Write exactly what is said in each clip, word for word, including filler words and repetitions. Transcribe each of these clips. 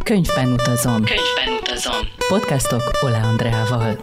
Könyvben utazom. Könyvben utazom. Podcastok Oláh Andreával.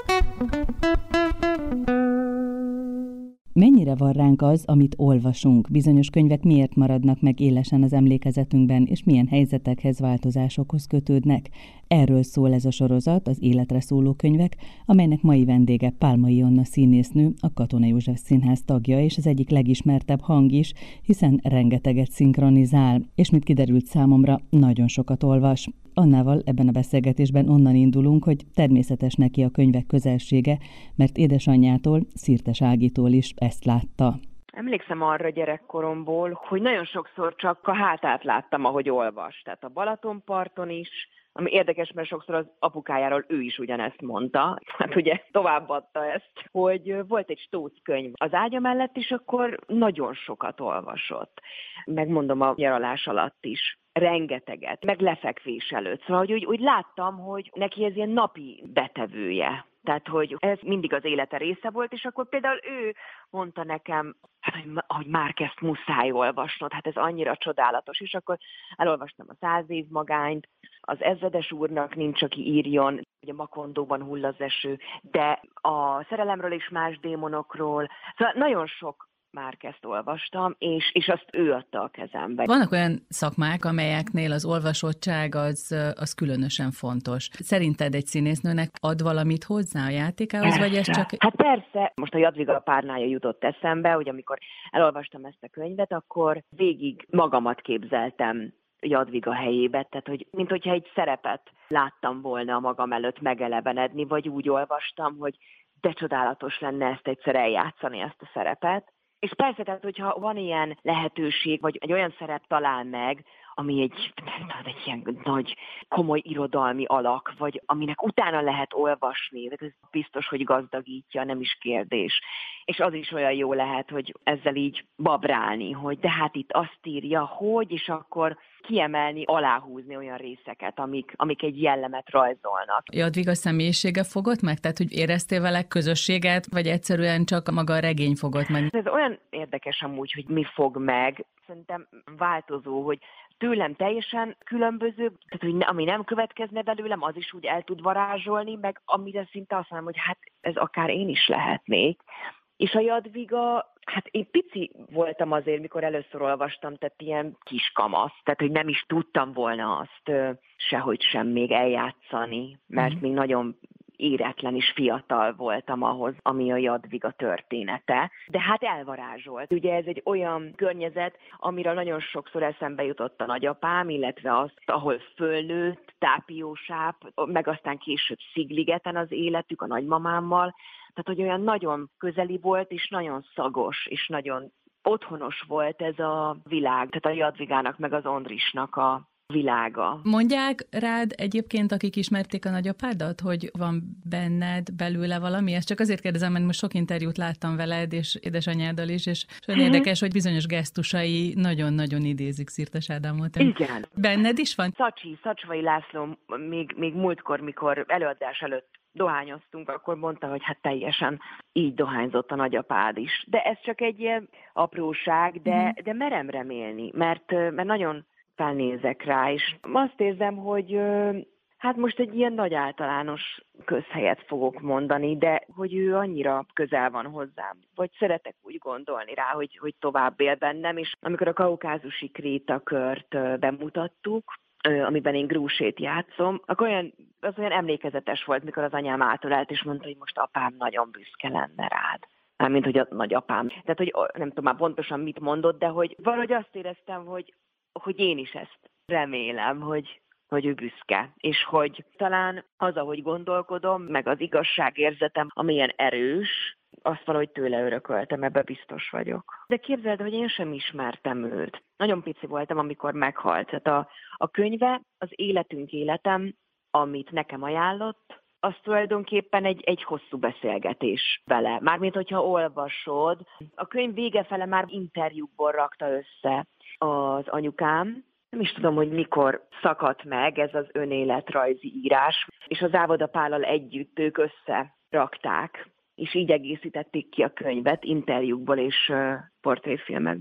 Mennyire van ránk az, amit olvasunk? Bizonyos könyvek miért maradnak meg élesen az emlékezetünkben, és milyen helyzetekhez, változásokhoz kötődnek? Erről szól ez a sorozat, az életre szóló könyvek, amelynek mai vendége Pálmai Anna színésznő, a Katona József Színház tagja, és az egyik legismertebb hang is, hiszen rengeteget szinkronizál, és mint kiderült számomra, nagyon sokat olvas. Annával ebben a beszélgetésben onnan indulunk, hogy természetes neki a könyvek közelsége, mert édesanyjától, Szirtes Ágitól is ezt látta. Emlékszem arra gyerekkoromból, hogy nagyon sokszor csak a hátát láttam, ahogy olvas. Tehát a Balatonparton is, ami érdekes, mert sokszor az apukájáról ő is ugyanezt mondta. Hát ugye továbbadta ezt, hogy volt egy stóc könyv az ágya mellett, és akkor nagyon sokat olvasott. Megmondom a nyaralás alatt is. Rengeteget, meg lefekvés előtt. Szóval, hogy úgy, úgy láttam, hogy neki ez ilyen napi betevője. Tehát, hogy ez mindig az élete része volt, és akkor például ő mondta nekem, hát, hogy, hogy Márquezt muszáj olvasnod, hát ez annyira csodálatos, és akkor elolvastam a Száz év magányt, az Ezredes úrnak nincs, aki írjon, ugye Makondóban hull az eső, de a Szerelemről és más démonokról, szóval nagyon sok Márquezt olvastam, és, és azt ő adta a kezembe. Vannak olyan szakmák, amelyeknél az olvasottság az, az különösen fontos. Szerinted egy színésznőnek ad valamit hozzá a játékához, persze. Vagy ez csak... Hát persze, most a Jadviga párnája jutott eszembe, hogy amikor elolvastam ezt a könyvet, akkor végig magamat képzeltem Jadviga helyébe, tehát hogy, mint hogyha egy szerepet láttam volna a magam előtt megelevenedni, vagy úgy olvastam, hogy de csodálatos lenne ezt egyszer eljátszani, ezt a szerepet. És persze, tehát, hogyha van ilyen lehetőség, vagy egy olyan szerep talál meg, ami egy, egy ilyen nagy, komoly irodalmi alak, vagy aminek utána lehet olvasni, ez biztos, hogy gazdagítja, nem is kérdés. És az is olyan jó lehet, hogy ezzel így babrálni, hogy de hát itt azt írja, hogy, és akkor kiemelni, aláhúzni olyan részeket, amik, amik egy jellemet rajzolnak. Jadviga személyisége fogott meg? Tehát, hogy éreztél vele közösséget, vagy egyszerűen csak maga a regény fogott meg? Ez olyan érdekes amúgy, hogy mi fog meg. Szerintem változó, hogy tőlem teljesen különböző, tehát hogy ami nem következne belőlem, az is úgy el tud varázsolni, meg amire szinte azt mondom, hogy hát ez akár én is lehetnék. És a Jadviga, hát én pici voltam azért, mikor először olvastam, tehát ilyen kiskamasz, tehát hogy nem is tudtam volna azt sehogy sem még eljátszani, mert mm. még nagyon éretlen és fiatal voltam ahhoz, ami a Jadviga története. De hát elvarázsolt. Ugye ez egy olyan környezet, amiről nagyon sokszor eszembe jutott a nagyapám, illetve azt, ahol fölnőtt, Tápiósáp, meg aztán később Szigligeten az életük a nagymamámmal. Tehát, hogy olyan nagyon közeli volt, és nagyon szagos, és nagyon otthonos volt ez a világ, tehát a Jadvigának, meg az Ondrisnak a világa. Mondják rád egyébként, akik ismerték a nagyapádat, hogy van benned belőle valami? Ezt csak azért kérdezem, mert most sok interjút láttam veled, és édesanyáddal is, és olyan érdekes, hogy bizonyos gesztusai nagyon-nagyon idézik Szirtes Ádámot. Igen. Benned is van? Szacsi, Szacsvai László még, még múltkor, mikor előadás előtt dohányoztunk, akkor mondta, hogy hát teljesen így dohányzott a nagyapád is. De ez csak egy ilyen apróság, de, mm. de merem remélni, mert, mert nagyon felnézek rá, és azt érzem, hogy hát most egy ilyen nagy általános közhelyet fogok mondani, de hogy ő annyira közel van hozzám, vagy szeretek úgy gondolni rá, hogy, hogy tovább él bennem, és amikor a kaukázusi krétakört bemutattuk, amiben én grúsét játszom, akkor olyan, az olyan emlékezetes volt, mikor az anyám átölt, és mondta, hogy most apám nagyon büszke lenne rád. Mármint, hogy a nagyapám. Tehát, hogy nem tudom már pontosan mit mondott, de hogy valahogy azt éreztem, hogy, hogy én is ezt remélem, hogy, hogy ő büszke. És hogy talán az, ahogy gondolkodom, meg az igazságérzetem, amilyen erős, azt valahogy tőle örököltem, ebbe biztos vagyok. De képzeld, hogy én sem ismertem őt. Nagyon pici voltam, amikor meghalt. Tehát a, a könyve, az életünk életem, amit nekem ajánlott, az tulajdonképpen egy, egy hosszú beszélgetés vele. Mármint, hogyha olvasod, a könyv vége fele már interjúkból rakta össze az anyukám. Nem is tudom, hogy mikor szakadt meg ez az önéletrajzi írás, és az Ávoda Pállal együtt ők összerakták, és így egészítették ki a könyvet interjúkból és portréfilmekből.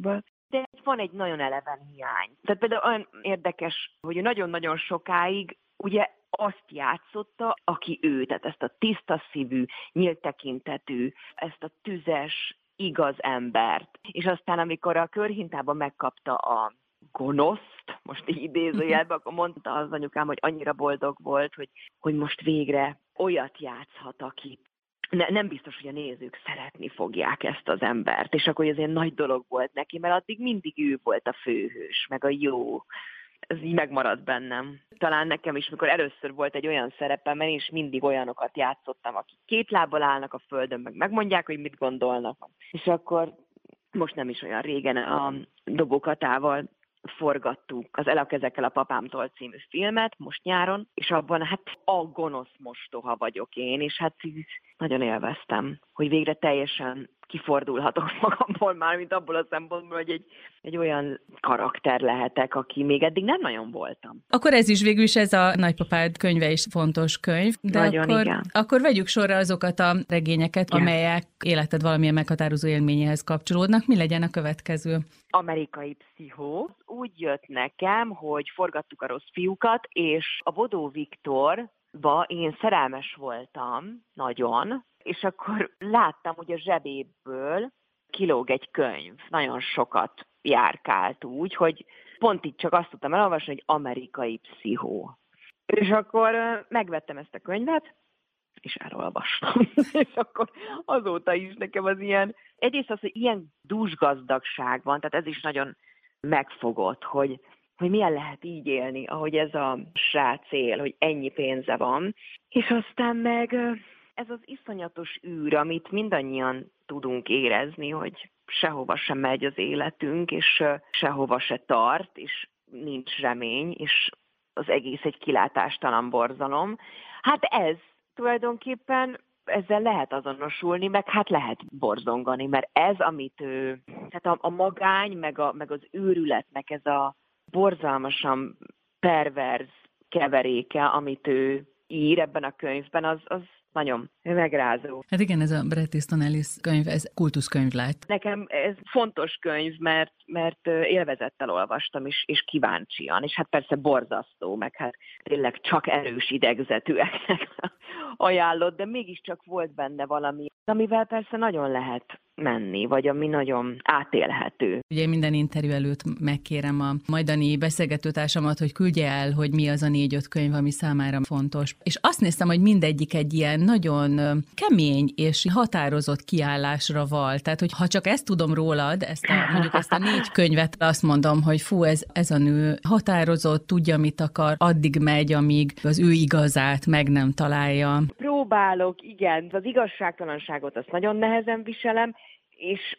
de van egy nagyon eleven hiány. Tehát például olyan érdekes, hogy nagyon-nagyon sokáig ugye azt játszotta, aki ő, tehát ezt a tiszta szívű, nyílt tekintetű, ezt a tüzes, igaz embert. És aztán, amikor a körhintában megkapta a gonoszt, most így idézőjelben, akkor mondta az anyukám, hogy annyira boldog volt, hogy, hogy most végre olyat játszhat, aki ne, nem biztos, hogy a nézők szeretni fogják ezt az embert. És akkor ez ilyen nagy dolog volt neki, mert addig mindig ő volt a főhős, meg a jó. Ez így megmaradt bennem. Talán nekem is, mikor először volt egy olyan szerepem, mert én is mindig olyanokat játszottam, akik két lábbal állnak a földön, meg megmondják, hogy mit gondolnak. És akkor most nem is olyan régen a Dobókatával forgattuk az El a kezekkel a papámtól című filmet, most nyáron, és abban hát a gonosz mostoha vagyok én, és hát nagyon élveztem, hogy végre teljesen kifordulhatok magamból már, mint abból a szempontból, hogy egy, egy olyan karakter lehetek, aki még eddig nem nagyon voltam. Akkor ez is végül is ez a Nagypapád könyve is fontos könyv, de nagyon, akkor, igen. akkor vegyük sorra azokat a regényeket, igen, amelyek életed valamilyen meghatározó élményéhez kapcsolódnak. Mi legyen a következő? Amerikai Pszichó. Úgy jött nekem, hogy forgattuk a Rossz fiúkat, és a Bodó Viktorba én szerelmes voltam, nagyon, és akkor láttam, hogy a zsebéből kilóg egy könyv. Nagyon sokat járkált úgy, hogy pont itt csak azt tudtam elolvasni, hogy Amerikai Pszichó. És akkor megvettem ezt a könyvet, és elolvastam. És akkor azóta is nekem az ilyen, egyrészt az, hogy ilyen dúsgazdagság van, tehát ez is nagyon megfogott, hogy, hogy milyen lehet így élni, ahogy ez a srác él, hogy ennyi pénze van. És aztán meg ez az iszonyatos űr, amit mindannyian tudunk érezni, hogy sehova sem megy az életünk, és sehova se tart, és nincs remény, és az egész egy kilátástalan borzalom. Hát ez tulajdonképpen ezzel lehet azonosulni, meg hát lehet borzongani, mert ez, amit ő, tehát a, a magány, meg, a, meg az őrületnek ez a borzalmasan perverz keveréke, amit ő ír ebben a könyvben, az, az nagyon megrázó. Hát igen, ez a Bret Easton Ellis könyv, ez kultuszkönyv lett. Nekem ez fontos könyv, mert, mert élvezettel olvastam, és, és kíváncsian, és hát persze borzasztó, meg hát tényleg csak erős idegzetűeknek ajánlott, de mégiscsak volt benne valami, amivel persze nagyon lehet menni, vagy ami nagyon átélhető. Ugye minden interjú előtt megkérem a majdani beszélgetőtársamat, hogy küldje el, hogy mi az a négy-öt könyv, ami számára fontos. És azt néztem, hogy mindegyik egy ilyen nagyon kemény és határozott kiállásra val. Tehát, hogy ha csak ezt tudom rólad, ezt a, mondjuk ezt a négy könyvet, azt mondom, hogy fú, ez, ez a nő határozott, tudja, mit akar, addig megy, amíg az ő igazát meg nem találja. Próbálok, igen, az igazságtalanságot azt nagyon nehezen viselem, és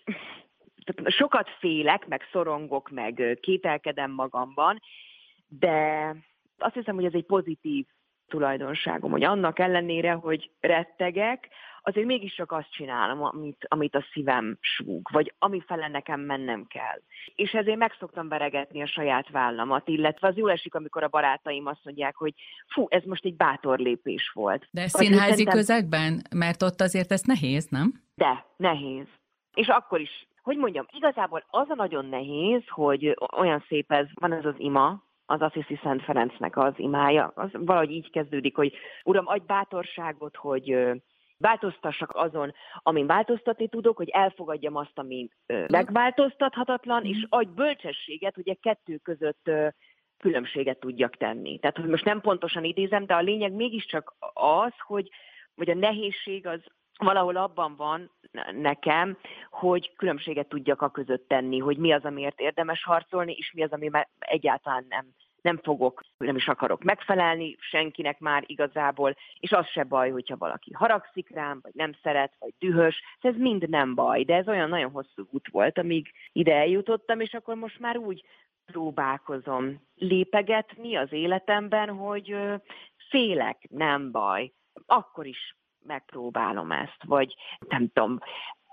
sokat félek, meg szorongok, meg kételkedem magamban, de azt hiszem, hogy ez egy pozitív tulajdonságom, hogy annak ellenére, hogy rettegek, azért mégiscsak azt csinálom, amit, amit a szívem súg, vagy amifele nekem mennem kell. És ezért meg szoktam veregetni a saját vállamat, illetve az jól esik, amikor a barátaim azt mondják, hogy fú, ez most egy bátor lépés volt. De színházi szerintem... közegben? Mert ott azért ez nehéz, nem? De, nehéz. És akkor is, hogy mondjam, igazából az a nagyon nehéz, hogy olyan szép ez, van ez az ima, az Assisi Szent Ferencnek az imája, az valahogy így kezdődik, hogy Uram, adj bátorságot, hogy változtassak azon, amin változtatni tudok, hogy elfogadjam azt, ami megváltoztathatatlan, és adj bölcsességet, hogy a kettő között különbséget tudjak tenni. Tehát, hogy most nem pontosan idézem, de a lényeg mégiscsak az, hogy, hogy a nehézség az valahol abban van nekem, hogy különbséget tudjak a között tenni, hogy mi az, amiért érdemes harcolni, és mi az, ami egyáltalán nem, nem fogok, nem is akarok megfelelni senkinek már igazából, és az se baj, hogyha valaki haragszik rám, vagy nem szeret, vagy dühös, ez mind nem baj, de ez olyan nagyon hosszú út volt, amíg ide eljutottam, és akkor most már úgy próbálkozom lépegetni az életemben, hogy félek, nem baj, akkor is megpróbálom ezt, vagy nem tudom,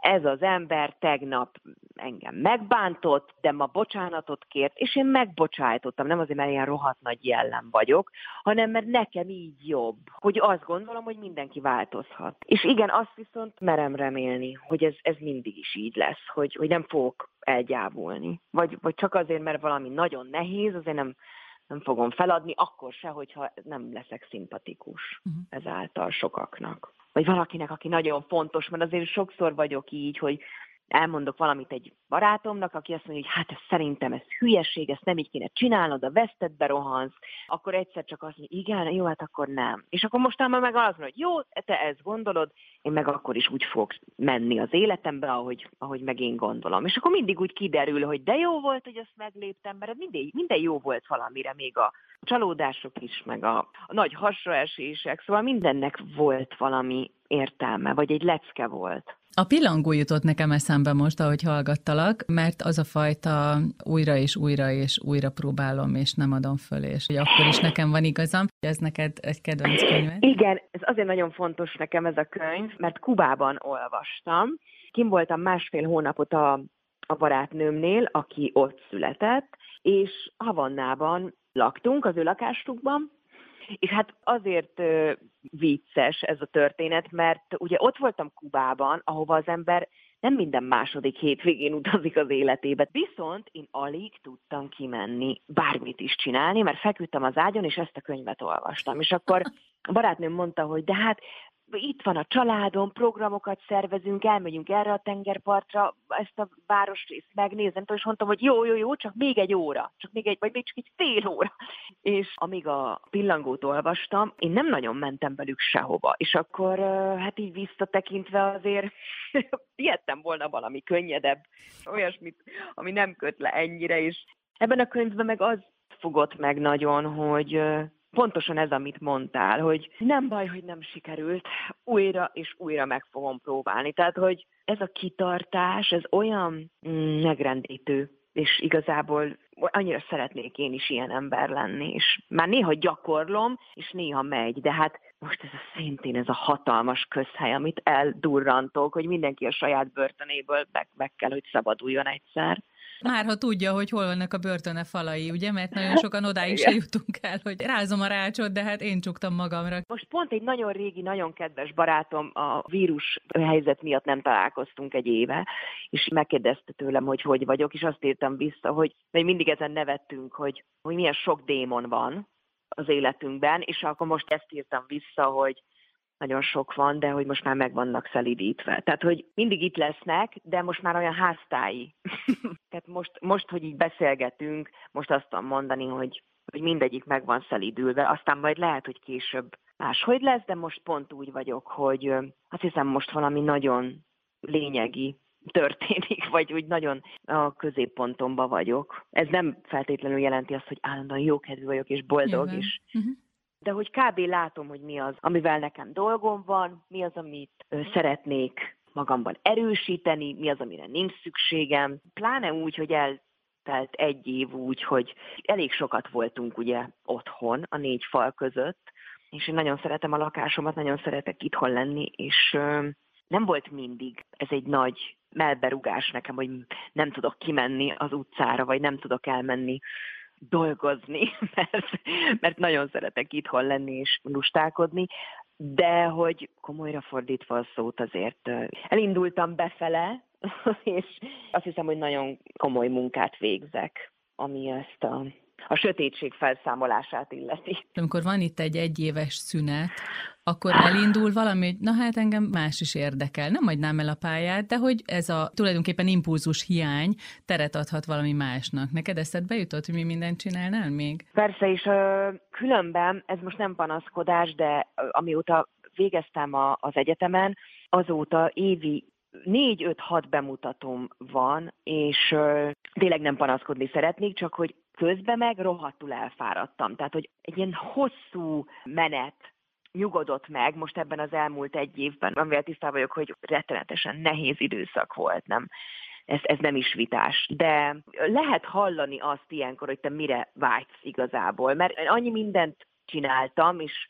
ez az ember tegnap engem megbántott, de ma bocsánatot kért, és én megbocsájtottam, nem azért, mert ilyen rohadt nagy jellem vagyok, hanem mert nekem így jobb, hogy azt gondolom, hogy mindenki változhat. És igen, azt viszont merem remélni, hogy ez, ez mindig is így lesz, hogy, hogy nem fogok elgyávulni. Vagy, vagy csak azért, mert valami nagyon nehéz, azért nem, nem fogom feladni, akkor se, hogyha nem leszek szimpatikus uh-huh. ezáltal sokaknak. Vagy valakinek, aki nagyon fontos, mert azért sokszor vagyok így, hogy elmondok valamit egy barátomnak, aki azt mondja, hogy hát ez szerintem ez hülyeség, ezt nem így kéne csinálnod, a vesztedbe rohansz, akkor egyszer csak azt mondja, igen, jó, hát akkor nem. És akkor mostában meg az, hogy jó, te ezt gondolod, én meg akkor is úgy fogok menni az életembe, ahogy, ahogy meg én gondolom. És akkor mindig úgy kiderül, hogy de jó volt, hogy azt megléptem, mert minden, minden jó volt valamire, még a csalódások is, meg a, a nagy hasraesések, szóval mindennek volt valami értelme, vagy egy lecke volt. A pillangó jutott nekem eszembe most, ahogy hallgattalak, mert az a fajta újra és újra és újra próbálom, és nem adom föl, és hogy akkor is nekem van igazam. Ez neked egy kedvenc könyved? Igen, ez azért nagyon fontos nekem ez a könyv, mert Kubában olvastam. Kim voltam másfél hónapot a, a barátnőmnél, aki ott született, és Havannában laktunk, az ő lakásukban, és hát azért uh, vicces ez a történet, mert ugye ott voltam Kubában, ahova az ember nem minden második hétvégén utazik az életébe. Viszont én alig tudtam kimenni, bármit is csinálni, mert feküdtem az ágyon, és ezt a könyvet olvastam. És akkor a barátnőm mondta, hogy de hát itt van a családom, programokat szervezünk, elmegyünk erre a tengerpartra, ezt a városrészt megnézem, és mondtam, hogy jó, jó, jó, csak még egy óra, csak még egy, vagy még csak egy fél óra. És amíg a pillangót olvastam, én nem nagyon mentem velük sehova. És akkor hát így visszatekintve azért ijedtem volna valami könnyedebb, olyasmit, ami nem köt le ennyire, és ebben a könyvben meg az fogott meg nagyon, hogy pontosan ez, amit mondtál, hogy nem baj, hogy nem sikerült, újra és újra meg fogom próbálni. Tehát, hogy ez a kitartás, ez olyan mm, megrendítő, és igazából annyira szeretnék én is ilyen ember lenni, és már néha gyakorlom, és néha megy, de hát most ez a szintén ez a hatalmas közhely, amit eldurrantok, hogy mindenki a saját börtönéből meg, meg kell, hogy szabaduljon egyszer. Már ha tudja, hogy hol vannak a börtöne falai, ugye? Mert nagyon sokan odáig se jutunk el, hogy rázom a rácsot, de hát én csuktam magamra. Most pont egy nagyon régi, nagyon kedves barátom a vírus helyzet miatt nem találkoztunk egy éve, és megkérdezte tőlem, hogy hogy vagyok, és azt írtam vissza, hogy mindig ezen nevettünk, hogy, hogy milyen sok démon van az életünkben, és akkor most ezt írtam vissza, hogy nagyon sok van, de hogy most már meg vannak szelidítve. Tehát, hogy mindig itt lesznek, de most már olyan háztályi. Tehát most, most, hogy így beszélgetünk, most azt tudom mondani, hogy, hogy mindegyik meg van szelidülve, aztán majd lehet, hogy később máshogy lesz, de most pont úgy vagyok, hogy azt hiszem most valami nagyon lényegi történik, vagy úgy nagyon a középpontomban vagyok. Ez nem feltétlenül jelenti azt, hogy állandóan jókedvű vagyok és boldog, Jövő. és Uh-huh. de hogy kb. Látom, hogy mi az, amivel nekem dolgom van, mi az, amit ö, szeretnék magamban erősíteni, mi az, amire nincs szükségem. Pláne úgy, hogy eltelt egy év úgy, hogy elég sokat voltunk ugye otthon, a négy fal között, és én nagyon szeretem a lakásomat, nagyon szeretek itthon lenni, és ö, nem volt mindig ez egy nagy melberugás nekem, hogy nem tudok kimenni az utcára, vagy nem tudok elmenni dolgozni, mert, mert nagyon szeretek itthon lenni és lustálkodni, de hogy komolyra fordítva a szót azért elindultam befele, és azt hiszem, hogy nagyon komoly munkát végzek, ami ezt a, a sötétség felszámolását illeti. Amikor van itt egy egyéves szünet, akkor elindul valami, hogy na hát engem más is érdekel. Nem hagynám el a pályát, de hogy ez a tulajdonképpen impulzus hiány teret adhat valami másnak. Neked eszedbe jutott, hogy mi mindent csinálnál még? Persze, és ö, különben, ez most nem panaszkodás, de ö, amióta végeztem a, az egyetemen, azóta évi négy-öt-hat bemutatóm van, és ö, tényleg nem panaszkodni szeretnék, csak hogy közben meg rohadtul elfáradtam. Tehát, hogy egy ilyen hosszú menet nyugodott meg most ebben az elmúlt egy évben, amivel tisztában vagyok, hogy rettenetesen nehéz időszak volt, nem? Ez, ez nem is vitás. De lehet hallani azt ilyenkor, hogy te mire vágysz igazából, mert annyi mindent csináltam, és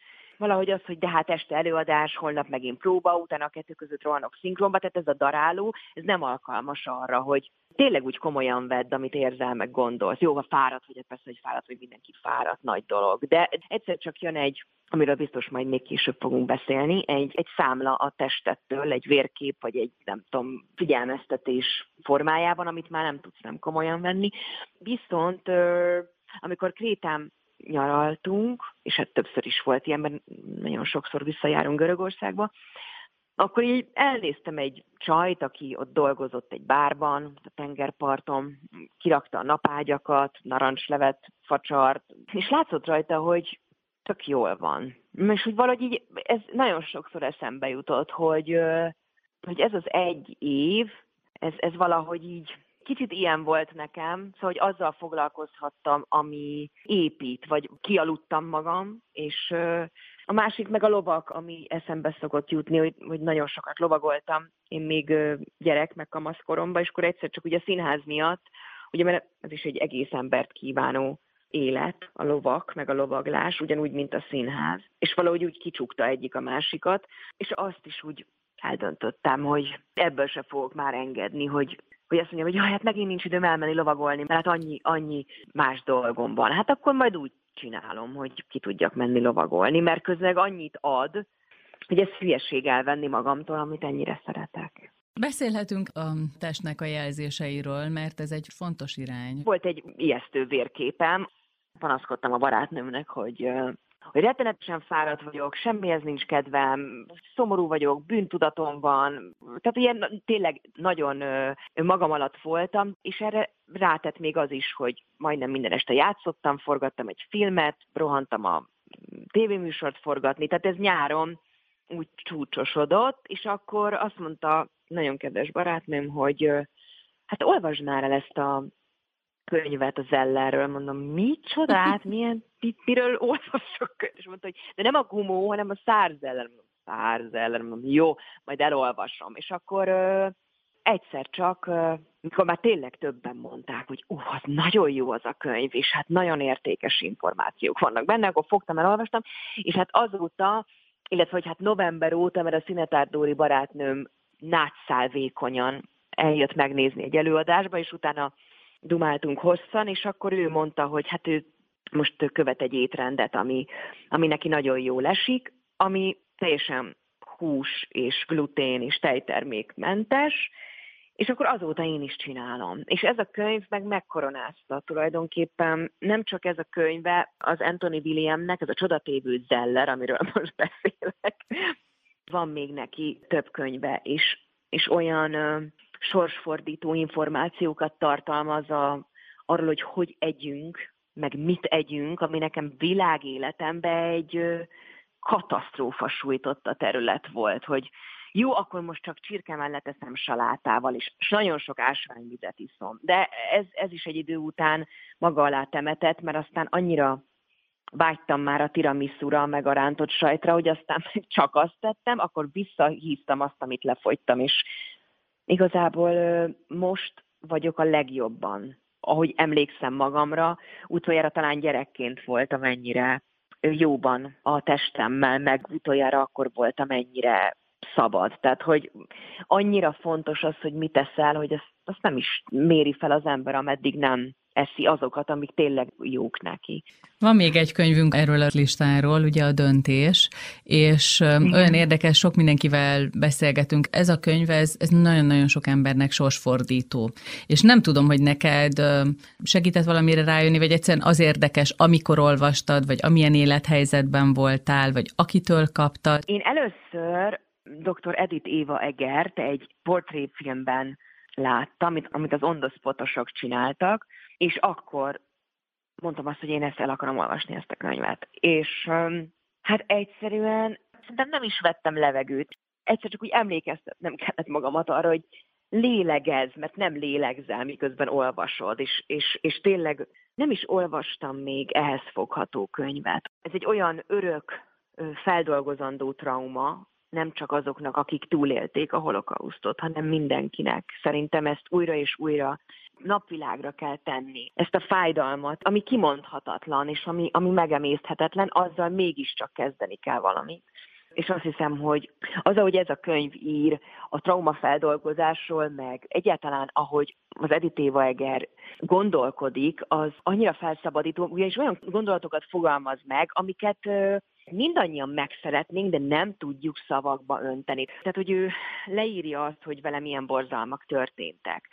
valahogy az, hogy de hát este előadás, holnap megint próba, utána a kettő között rohanok szinkronba, tehát ez a daráló, ez nem alkalmas arra, hogy tényleg úgy komolyan vedd, amit érzel, meg gondolsz. Jó, ha fáradt vagy, persze, hogy fáradt, hogy mindenki fáradt, nagy dolog. De egyszer csak jön egy, amiről biztos majd még később fogunk beszélni, egy, egy számla a testettől, egy vérkép, vagy egy, nem tudom, figyelmeztetés formájában, amit már nem tudsz nem komolyan venni. Viszont amikor Krétán nyaraltunk, és hát többször is volt ilyen, mert nagyon sokszor visszajárunk Görögországba, akkor így elnéztem egy csajt, aki ott dolgozott egy bárban, a tengerparton, kirakta a napágyakat, narancslevet, facsart, és látszott rajta, hogy tök jól van. És hogy valahogy így, ez nagyon sokszor eszembe jutott, hogy, hogy ez az egy év, ez, ez valahogy így kicsit ilyen volt nekem, szóval, hogy azzal foglalkozhattam, ami épít, vagy kialudtam magam, és a másik meg a lovak, ami eszembe szokott jutni, hogy, hogy nagyon sokat lovagoltam, én még gyerek, meg kamaszkoromban, és akkor egyszer csak ugye a színház miatt, ugye mert ez is egy egész embert kívánó élet, a lovak, meg a lovaglás, ugyanúgy, mint a színház, és valahogy úgy kicsukta egyik a másikat, és azt is úgy eldöntöttem, hogy ebből se fogok már engedni, hogy hogy azt mondjam, hogy jaj, hát megint nincs időm elmenni lovagolni, mert hát annyi, annyi más dolgom van. Hát akkor majd úgy csinálom, hogy ki tudjak menni lovagolni, mert közben annyit ad, hogy ez hülyeség elvenni magamtól, amit ennyire szeretek. Beszélhetünk a testnek a jelzéseiről, mert ez egy fontos irány. Volt egy ijesztő vérképem, panaszkodtam a barátnőmnek, hogy... hogy rettenetesen fáradt vagyok, semmihez nincs kedvem, szomorú vagyok, bűntudatom van, tehát ilyen tényleg nagyon magam alatt voltam, és erre rátett még az is, hogy majdnem minden este játszottam, forgattam egy filmet, rohantam a tévéműsort forgatni, tehát ez nyáron úgy csúcsosodott, és akkor azt mondta nagyon kedves barátnőm, hogy hát olvasd már el ezt a könyvet a Zellerről, mondom, micsodát, milyen, miről olvasok? És mondta, hogy de nem a Gumó, hanem a Szár-Zeller. Mondom, Szár-Zeller, mondom, jó, majd elolvasom. És akkor ö, egyszer csak, ö, mikor már tényleg többen mondták, hogy ú, az nagyon jó az a könyv, és hát nagyon értékes információk vannak benne, akkor fogtam, elolvastam, és hát azóta, illetve hogy hát november óta, mert a Szinetár Dóri barátnőm nátszál vékonyan eljött megnézni egy előadásba, és utána dumáltunk hosszan, és akkor ő mondta, hogy hát ő most követ egy étrendet, ami, ami neki nagyon jól esik, ami teljesen hús és glutén és tejtermékmentes, és akkor azóta én is csinálom. És ez a könyv meg megkoronázta tulajdonképpen, nem csak ez a könyve az Anthony Williamnek, ez a csodatévő Zeller, amiről most beszélek, van még neki több könyve is, és olyan sorsfordító információkat tartalmaz a, arról, hogy hogy együnk, meg mit együnk, ami nekem világéletemben egy ö, katasztrófa sújtotta terület volt, hogy jó, akkor most csak csirke mellett eszem salátával, és nagyon sok ásványvizet iszom. De ez, ez is egy idő után maga alá temetett, mert aztán annyira vágytam már a tiramisura, meg a rántott sajtra, hogy aztán csak azt tettem, akkor visszahívtam azt, amit lefogytam, és igazából most vagyok a legjobban, ahogy emlékszem magamra, utoljára talán gyerekként voltam ennyire jóban a testemmel, meg utoljára akkor voltam ennyire szabad. Tehát, hogy annyira fontos az, hogy mit eszel, hogy azt, azt nem is méri fel az ember, ameddig nem eszi azokat, amik tényleg jók neki. Van még egy könyvünk erről a listáról, ugye a Döntés, és Igen. olyan érdekes, sok mindenkivel beszélgetünk. Ez a könyv, ez, ez nagyon-nagyon sok embernek sorsfordító. És nem tudom, hogy neked segített valamire rájönni, vagy egyszerűen az érdekes, amikor olvastad, vagy amilyen élethelyzetben voltál, vagy akitől kaptad. Én először doktor Edith Éva Egert egy portréfilmben láttam, amit, amit az ondoszpotosok csináltak, és akkor mondtam azt, hogy én ezt el akarom olvasni, ezt a könyvet. És hát egyszerűen szerintem nem is vettem levegőt. Egyszer csak úgy emlékeztetnem kellett magamat arra, hogy lélegezz, mert nem lélegzel, miközben olvasod, és, és, és tényleg nem is olvastam még ehhez fogható könyvet. Ez egy olyan örök, feldolgozandó trauma, nem csak azoknak, akik túlélték a holokausztot, hanem mindenkinek. Szerintem ezt újra és újra napvilágra kell tenni. Ezt a fájdalmat, ami kimondhatatlan, és ami, ami megemészthetetlen, azzal mégiscsak kezdeni kell valamit. És azt hiszem, hogy az, ahogy ez a könyv ír a traumafeldolgozásról, meg egyáltalán ahogy az Edith Éva Eger gondolkodik, az annyira felszabadító, ugyanis olyan gondolatokat fogalmaz meg, amiket mindannyian megszeretnénk, de nem tudjuk szavakba önteni. Tehát, hogy ő leírja azt, hogy vele milyen borzalmak történtek.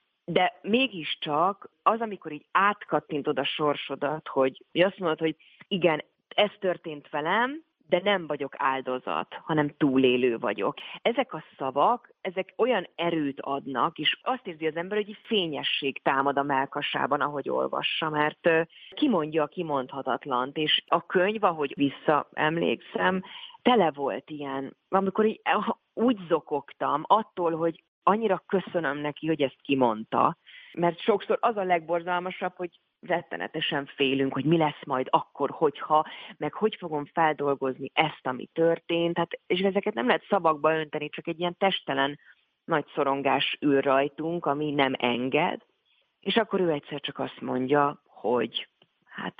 De mégiscsak az, amikor így átkattintod a sorsodat, hogy azt mondod, hogy igen, ez történt velem, de nem vagyok áldozat, hanem túlélő vagyok. Ezek a szavak, ezek olyan erőt adnak, és azt érzi az ember, hogy egy fényesség támad a mellkasában, ahogy olvassa, mert kimondja a kimondhatatlant, és a könyv, ahogy visszaemlékszem, tele volt ilyen, amikor így, úgy zokogtam attól, hogy annyira köszönöm neki, hogy ezt kimondta, mert sokszor az a legborzalmasabb, hogy rettenetesen félünk, hogy mi lesz majd akkor, hogyha, meg hogy fogom feldolgozni ezt, ami történt. Hát, és ezeket nem lehet szavakba önteni, csak egy ilyen testelen nagy szorongás ül rajtunk, ami nem enged. És akkor ő egyszer csak azt mondja, hogy hát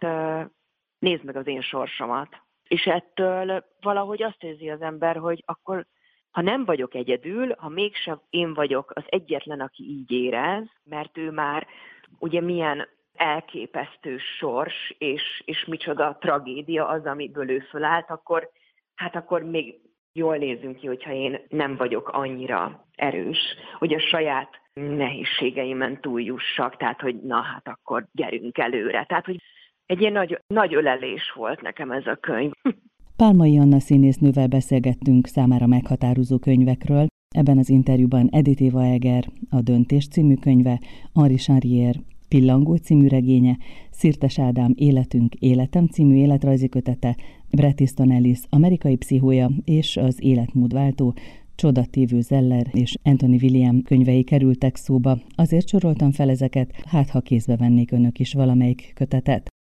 nézd meg az én sorsomat. És ettől valahogy azt érzi az ember, hogy akkor ha nem vagyok egyedül, ha mégsem én vagyok az egyetlen, aki így érez, mert ő már ugye milyen elképesztő sors, és, és micsoda tragédia az, amiből ő fölállt, akkor, hát akkor még jól nézzünk ki, hogyha én nem vagyok annyira erős, hogy a saját nehézségeimen túljussak, tehát, hogy na hát akkor gyerünk előre. Tehát, hogy egy ilyen nagy, nagy ölelés volt nekem ez a könyv. Pálmai Anna színésznővel beszélgettünk számára meghatározó könyvekről. Ebben az interjúban Edith Éva Eger, a Döntés című könyve, Henri Charrier Pillangó című regénye, Szirtes Ádám Életünk, Életem című életrajzi kötete, Bret Easton Ellis Amerikai pszichója és az Életmódváltó, Csodatévő Zeller és Anthony William könyvei kerültek szóba. Azért soroltam fel ezeket, hát ha kézbe vennék önök is valamelyik kötetet.